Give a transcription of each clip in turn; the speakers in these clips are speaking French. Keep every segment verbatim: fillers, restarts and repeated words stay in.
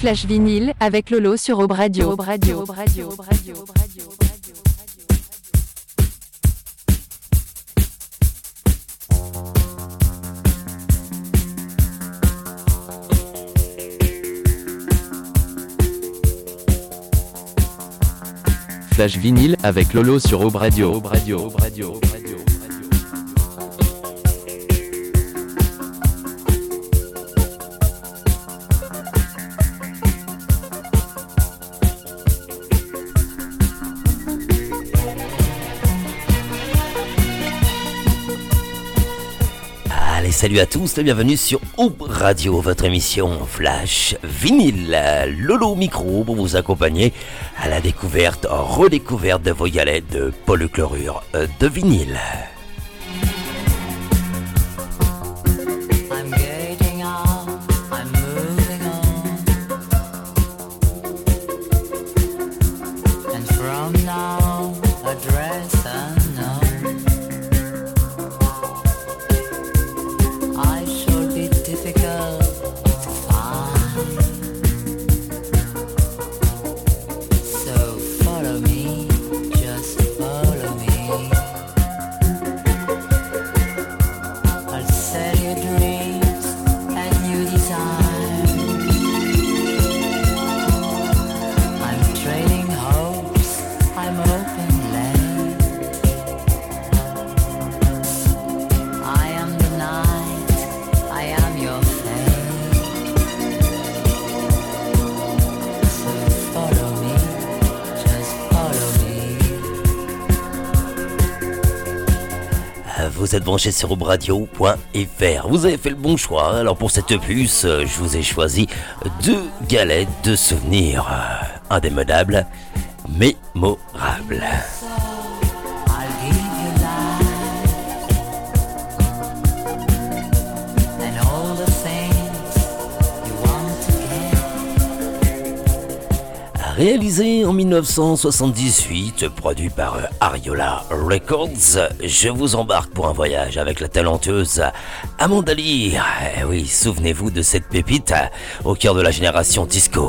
Flash vinyle avec Lolo sur Aube Radio. Aube Radio, Aube Radio, Aube Radio, Aube Radio, Aube Radio. Flash vinyle avec Lolo sur Aube Radio. Aube Radio, Aube Radio, Aube Radio. Salut à tous et bienvenue sur Aube Radio, votre émission Flash vinyle. Lolo micro pour vous accompagner à la découverte, redécouverte de vos galettes de polychlorure de vinyle. Vous êtes branché sur aube radio point f r. Vous avez fait le bon choix. Alors pour cette puce, je vous ai choisi deux galettes de souvenirs indémodables, mémorables. Réalisé en dix-neuf cent soixante-dix-huit, produit par Ariola Records, je vous embarque pour un voyage avec la talentueuse Amanda Lear. Eh oui, souvenez-vous de cette pépite au cœur de la génération disco.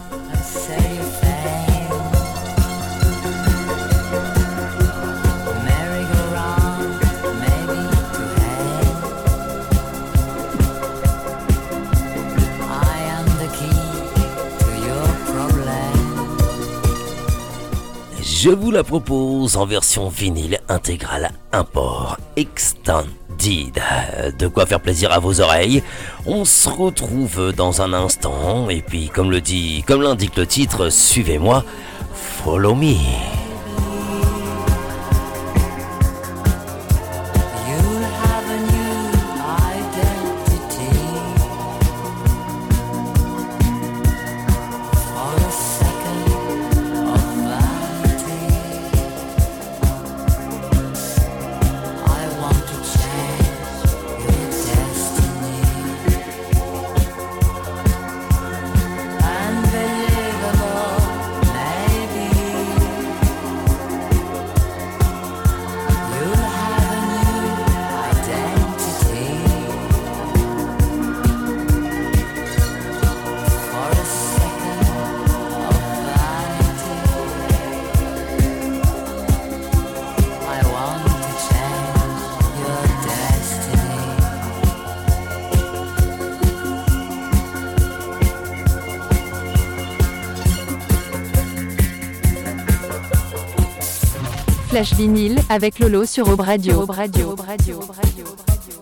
Je vous la propose en version vinyle intégrale import extended. De quoi faire plaisir à vos oreilles. On se retrouve dans un instant et puis comme le dit, comme l'indique le titre, suivez-moi, follow me. Flash vinyle avec Lolo sur Aube Radio. Aube Radio, Aube Radio, Aube Radio, Aube Radio.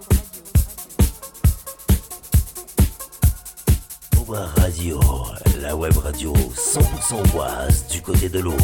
Aube Radio, la web radio cent pour cent oise du côté de l'Aube.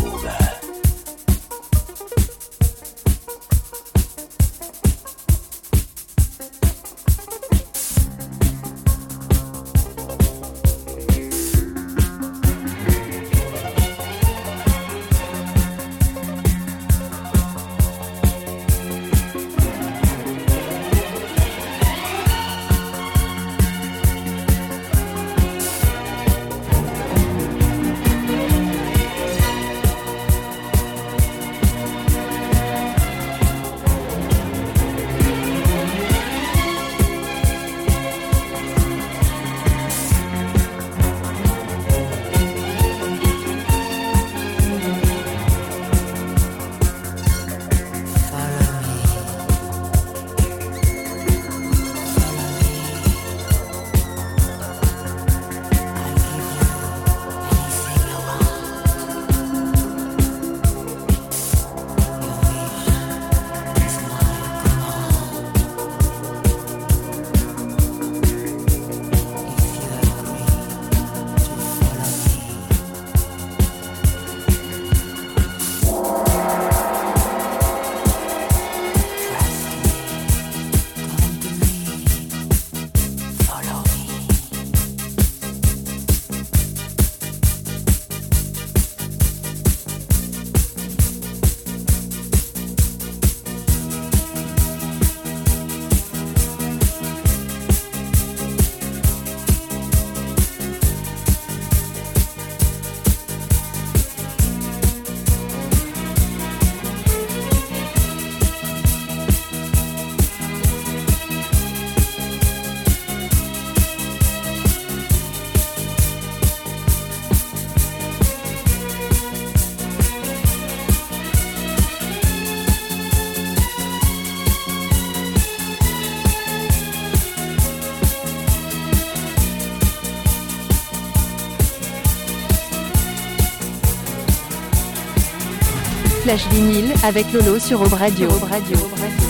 Flash vinyle avec Lolo sur Aube Radio. Aube Radio.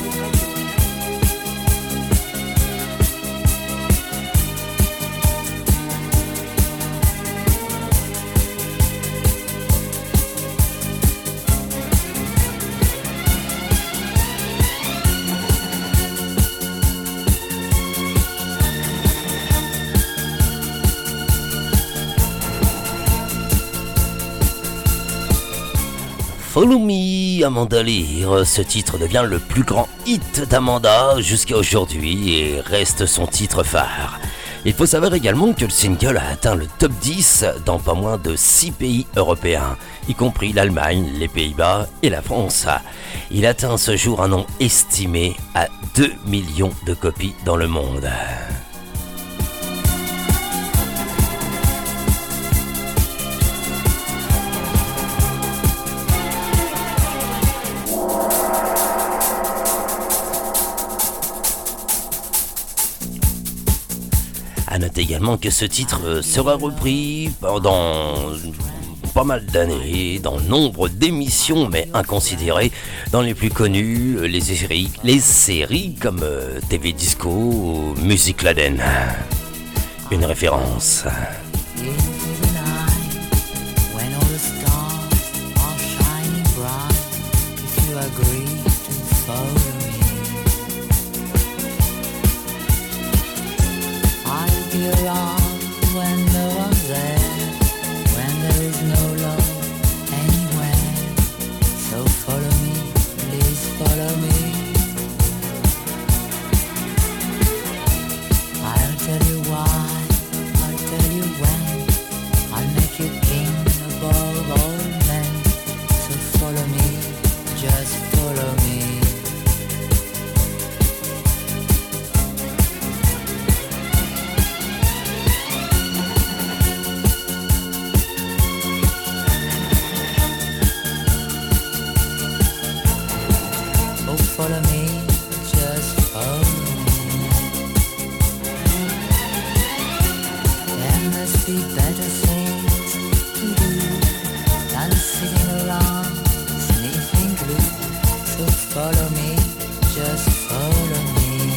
Follow Me, Amanda Lear. Ce titre devient le plus grand hit d'Amanda jusqu'à aujourd'hui et reste son titre phare. Il faut savoir également que le single a atteint le top dix dans pas moins de six pays européens, y compris l'Allemagne, les Pays-Bas et la France. Il atteint ce jour un nombre estimé à deux millions de copies dans le monde. A noter également que ce titre sera repris pendant pas mal d'années dans nombre d'émissions mais inconsidérées, dans les plus connues, les séries, les séries comme T V Disco ou Music Laden. Une référence. Around when no one's there, when there is no love anywhere. So follow me, please follow me. I'll tell you why, I'll tell you when. I'll make you king above all men. So follow me, just follow me. Follow me, just follow me. There must be better things to do than sitting around sniffing glue. So follow me, just follow me.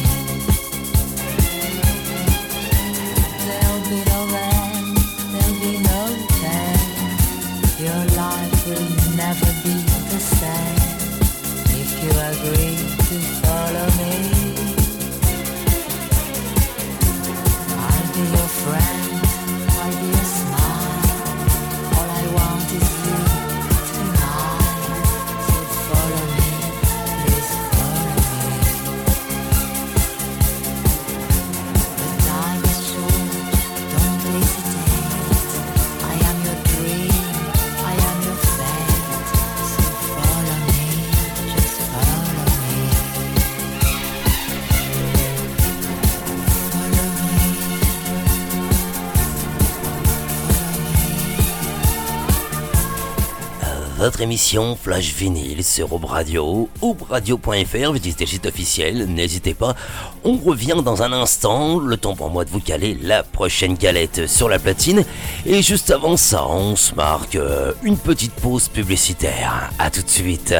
There'll be no end, there'll be no end. Your life will never be the same. If you agree to follow me, I'll be your friend, I'll be a smile. All I want is you tonight. So follow me, please follow me. The time is short, don't hesitate. I am your dream, I am your fate. So follow me, just follow me. Follow me. Votre émission Flash Vinyle sur Aube Radio, aube radio point f r, visitez le site officiel, n'hésitez pas. On revient dans un instant, le temps pour moi de vous caler la prochaine galette sur la platine. Et juste avant ça, on se marque une petite pause publicitaire. A tout de suite.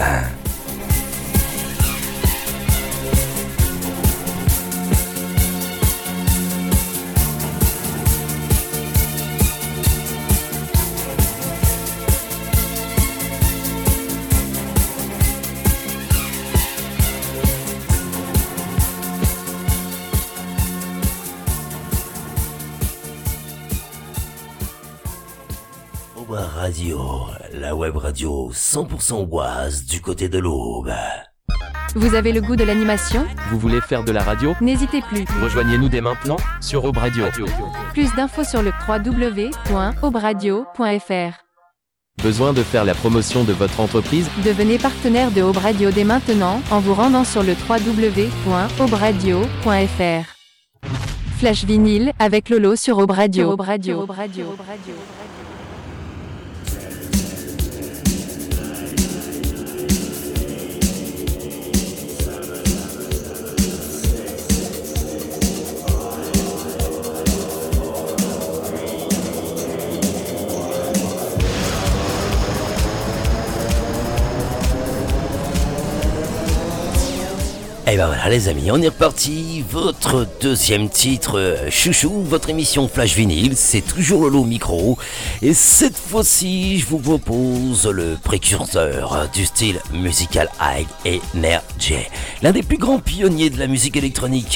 Aube Radio, la web radio cent pour cent oise du côté de l'Aube. Vous avez le goût de l'animation? Vous voulez faire de la radio? N'hésitez plus. Rejoignez-nous dès maintenant sur Aube Radio. Plus d'infos sur le w w w point aube radio point f r. Besoin de faire la promotion de votre entreprise? Devenez partenaire de Aube Radio dès maintenant en vous rendant sur le w w w point aube radio point f r. Flash vinyle avec Lolo sur Aube Radio. Aube Radio. Aube Radio. Aube Radio. Et ben voilà les amis, on est reparti. Votre deuxième titre euh, chouchou, votre émission Flash Vinyl, c'est toujours Lolo au micro. Et cette fois-ci, je vous propose le précurseur du style musical High Energy, l'un des plus grands pionniers de la musique électronique.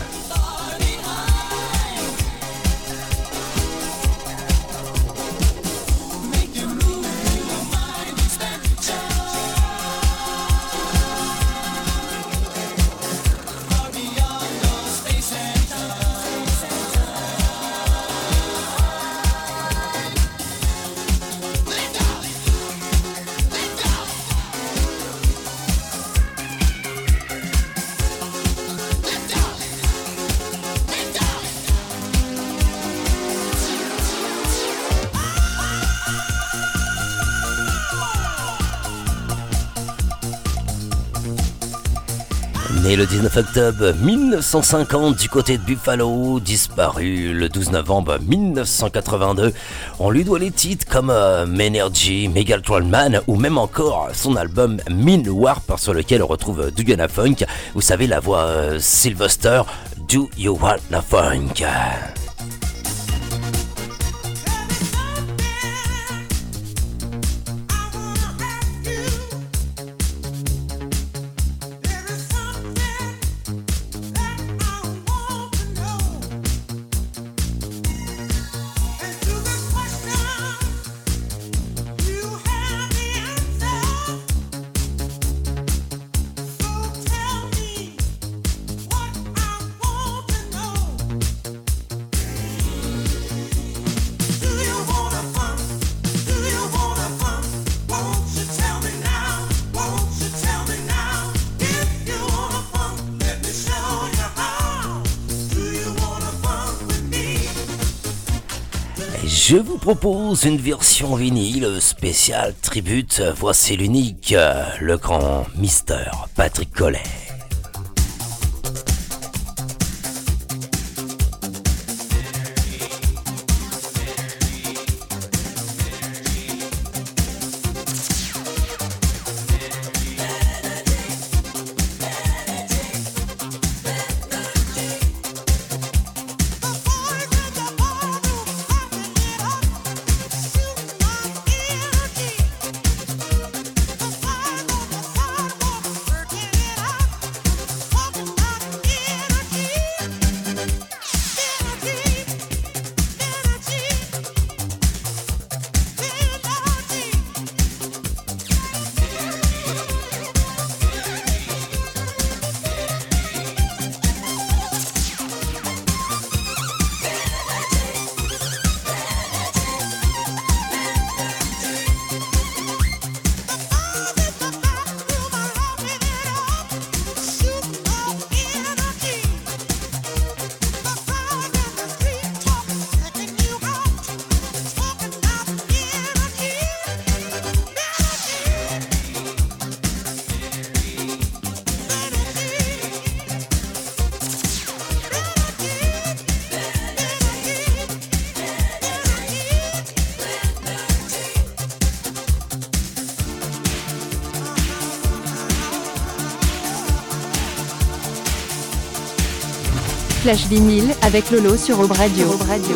Né le dix-neuf octobre mille neuf cent cinquante du côté de Buffalo, disparu le douze novembre mille neuf cent quatre-vingt-deux, on lui doit les titres comme euh, Menergy, Megatron Man ou même encore son album Mean Warp sur lequel on retrouve Do You Wanna Funk, vous savez la voix euh, Sylvester, Do You Wanna Funk. Je vous propose une version vinyle spéciale tribute, voici l'unique, le grand Mister Patrick Collet. Flash Vinyl avec Lolo sur Aube Radio. Aube Radio.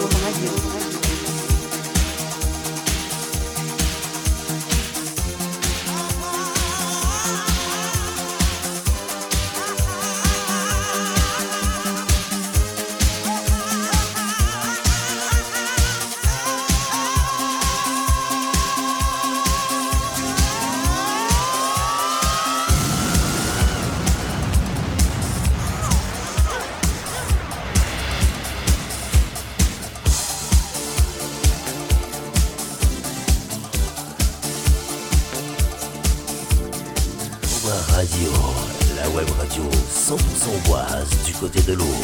Radio, la web radio cent pour cent boise du côté de l'Aube.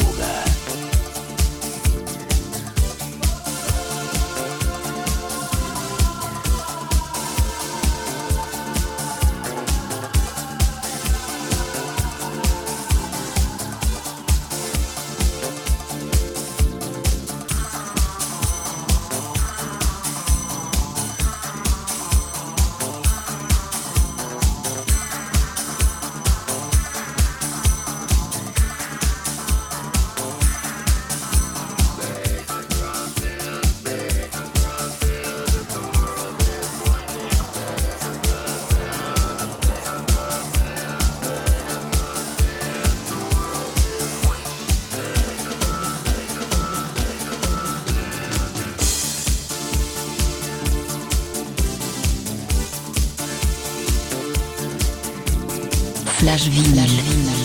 Flash vinyle.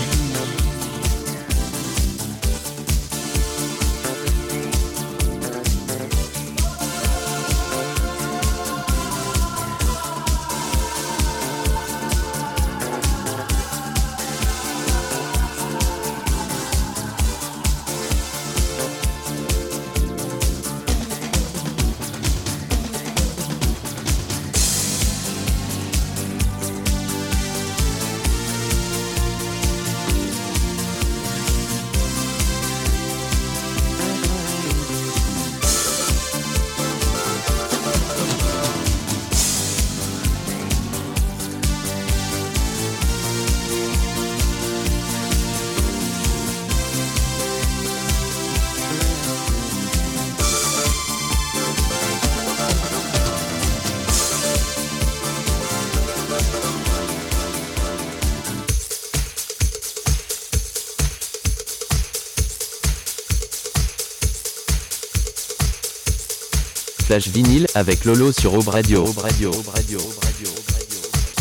Flash vinyle avec Lolo sur Aube Radio. Aube Radio, Aube Radio, Aube Radio, Aube Radio.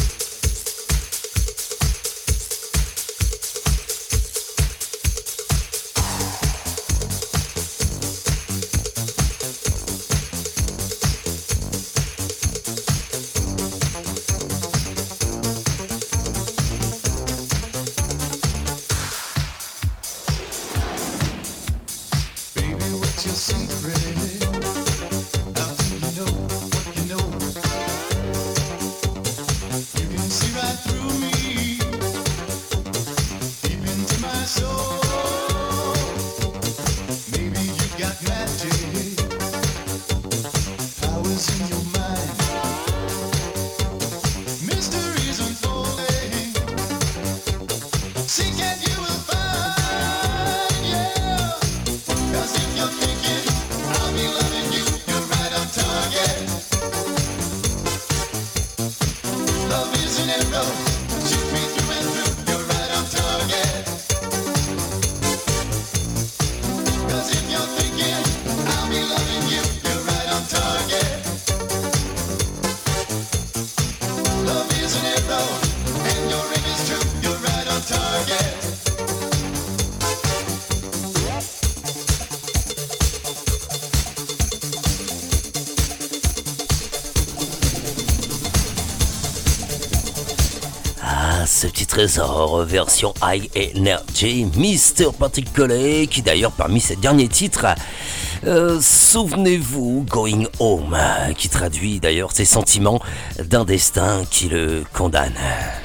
Ce petit trésor, version High Energy, mister Patrick Collet, qui d'ailleurs parmi ses derniers titres, euh, souvenez-vous, Going Home, qui traduit d'ailleurs ses sentiments d'un destin qui le condamne.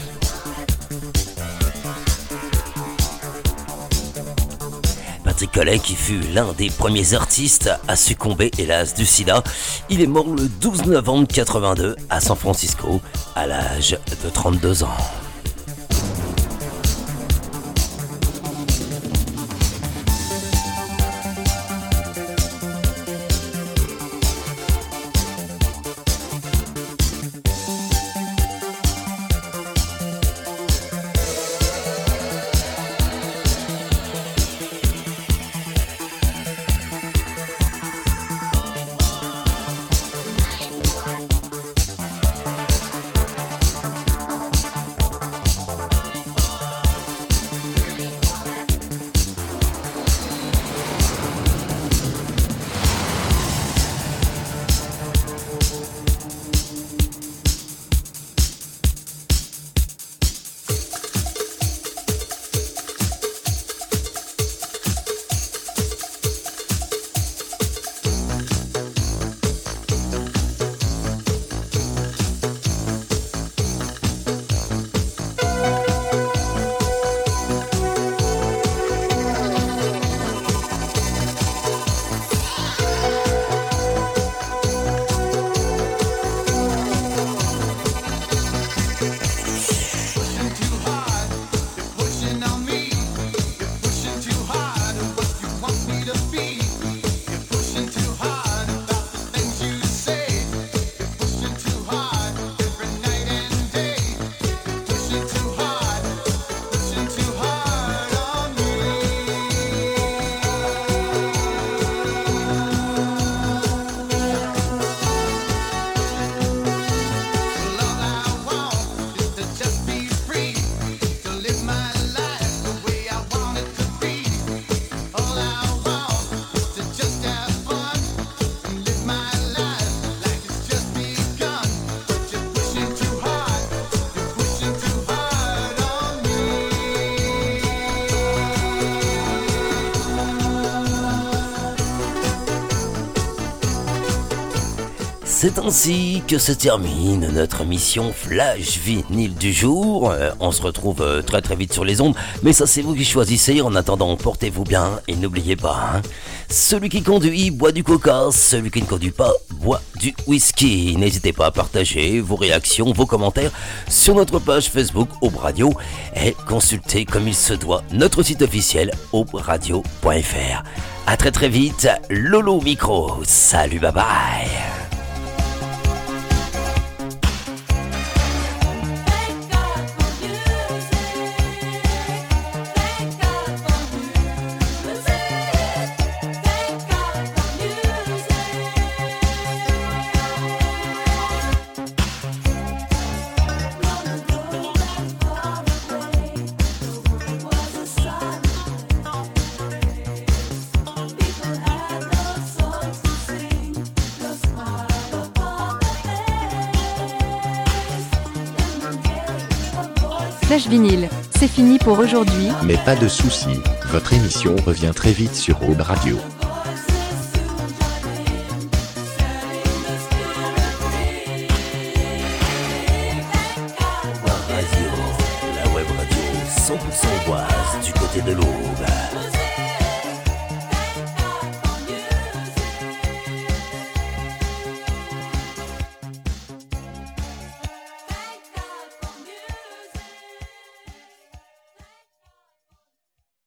Patrick Collet, qui fut l'un des premiers artistes à succomber hélas du sida, il est mort le douze novembre quatre-vingt-deux à San Francisco à l'âge de trente-deux ans. C'est ainsi que se termine notre mission Flash Vinyle du jour. Euh, on se retrouve euh, très très vite sur les ondes, mais ça c'est vous qui choisissez. En attendant, portez-vous bien et n'oubliez pas, hein, celui qui conduit boit du coca, celui qui ne conduit pas boit du whisky. N'hésitez pas à partager vos réactions, vos commentaires sur notre page Facebook Aube Radio et consultez comme il se doit notre site officiel aube radio point f r. A très très vite, Lolo micro. Salut, bye bye. Flash Vinyle, c'est fini pour aujourd'hui. Mais pas de soucis, votre émission revient très vite sur Aube Radio. Radio, la web radio cent pour cent Oise du côté de l'Aube.